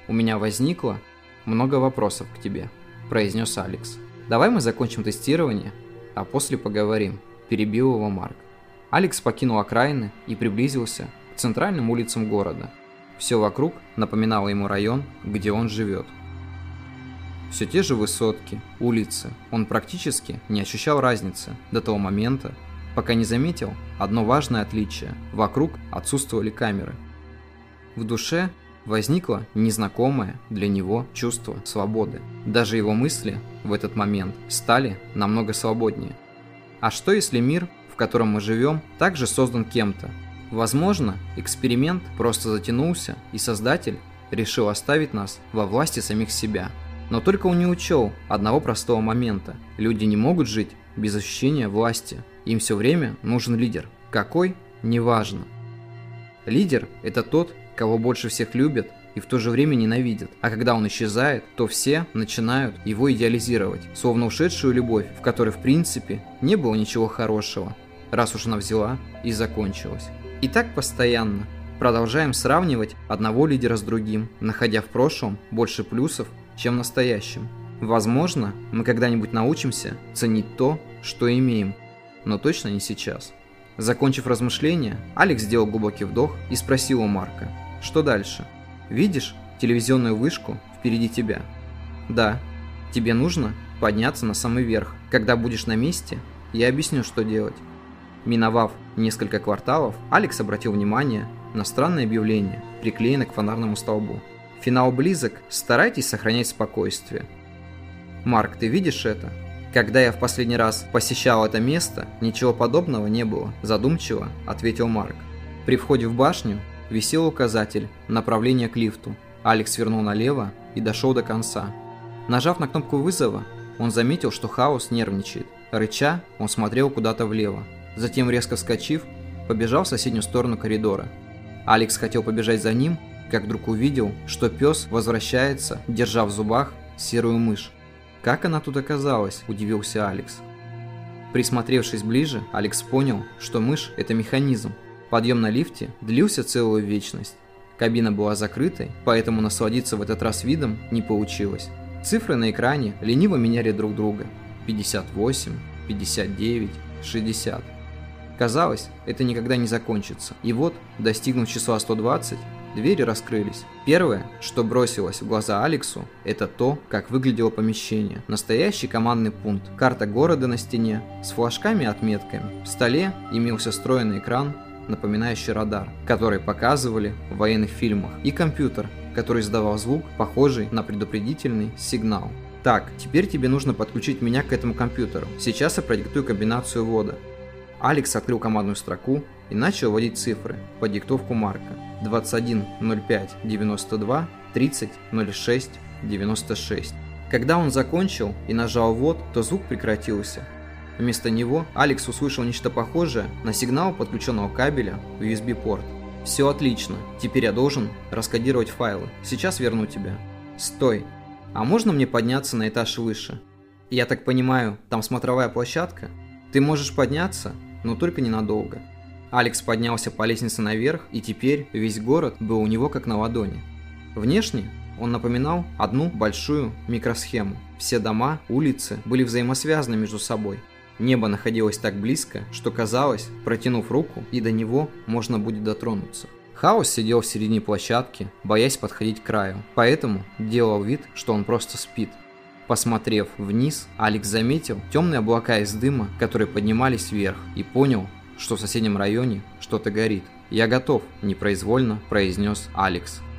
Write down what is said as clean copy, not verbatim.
у меня возникло много вопросов к тебе», – произнес Алекс. «Давай мы закончим тестирование, а после поговорим», – перебил его Марк. Алекс покинул окраины и приблизился к центральным улицам города. Все вокруг напоминало ему район, где он живет. Все те же высотки, улицы. Он практически не ощущал разницы до того момента, пока не заметил одно важное отличие. Вокруг отсутствовали камеры. В душе возникло незнакомое для него чувство свободы. Даже его мысли в этот момент стали намного свободнее. А что если мир, в котором мы живем, также создан кем-то? Возможно, эксперимент просто затянулся, и создатель решил оставить нас во власти самих себя. Но только он не учел одного простого момента. Люди не могут жить без ощущения власти. Им все время нужен лидер. Какой? Неважно. Лидер – это тот, кого больше всех любят и в то же время ненавидят. А когда он исчезает, то все начинают его идеализировать, словно ушедшую любовь, в которой в принципе не было ничего хорошего, раз уж она взяла и закончилась. И так постоянно продолжаем сравнивать одного лидера с другим, находя в прошлом больше плюсов, чем в настоящем. Возможно, мы когда-нибудь научимся ценить то, что имеем, но точно не сейчас. Закончив размышления, Алекс сделал глубокий вдох и спросил у Марка: «Что дальше? Видишь телевизионную вышку впереди тебя?» «Да. Тебе нужно подняться на самый верх. Когда будешь на месте, я объясню, что делать». Миновав несколько кварталов, Алекс обратил внимание на странное объявление, приклеенное к фонарному столбу. «Финал близок, старайтесь сохранять спокойствие». «Марк, ты видишь это? Когда я в последний раз посещал это место, ничего подобного не было», – задумчиво ответил Марк. При входе в башню висел указатель направления к лифту. Алекс свернул налево и дошел до конца. Нажав на кнопку вызова, он заметил, что Хаус нервничает. Рыча, он смотрел куда-то влево. Затем, резко вскочив, побежал в соседнюю сторону коридора. Алекс хотел побежать за ним, как вдруг увидел, что пес возвращается, держа в зубах серую мышь. «Как она тут оказалась?» – удивился Алекс. Присмотревшись ближе, Алекс понял, что мышь – это механизм. Подъем на лифте длился целую вечность. Кабина была закрытой, поэтому насладиться в этот раз видом не получилось. Цифры на экране лениво меняли друг друга. 58, 59, 60. Казалось, это никогда не закончится. И вот, достигнув числа 120, двери раскрылись. Первое, что бросилось в глаза Алексу, это то, как выглядело помещение. Настоящий командный пункт. Карта города на стене с флажками и отметками. В столе имелся встроенный экран, напоминающий радар, который показывали в военных фильмах, и компьютер, который издавал звук, похожий на предупредительный сигнал. «Так, теперь тебе нужно подключить меня к этому компьютеру. Сейчас я продиктую комбинацию ввода». Алекс открыл командную строку и начал вводить цифры по диктовку Марка: 21 05 92 30 06 96. Когда он закончил и нажал ввод, то звук прекратился. Вместо него Алекс услышал нечто похожее на сигнал подключенного кабеля в USB-порт. «Все отлично, теперь я должен раскодировать файлы. Сейчас верну тебя». «Стой, а можно мне подняться на этаж выше? Я так понимаю, там смотровая площадка? Ты можешь подняться, но только ненадолго». Алекс поднялся по лестнице наверх, и теперь весь город был у него как на ладони. Внешне он напоминал одну большую микросхему. Все дома, улицы были взаимосвязаны между собой. Небо находилось так близко, что казалось, протянув руку, и до него можно будет дотронуться. Хаус сидел в середине площадки, боясь подходить к краю, поэтому делал вид, что он просто спит. Посмотрев вниз, Алекс заметил темные облака из дыма, которые поднимались вверх, и понял, что в соседнем районе что-то горит. «Я готов», – непроизвольно произнес Алекс.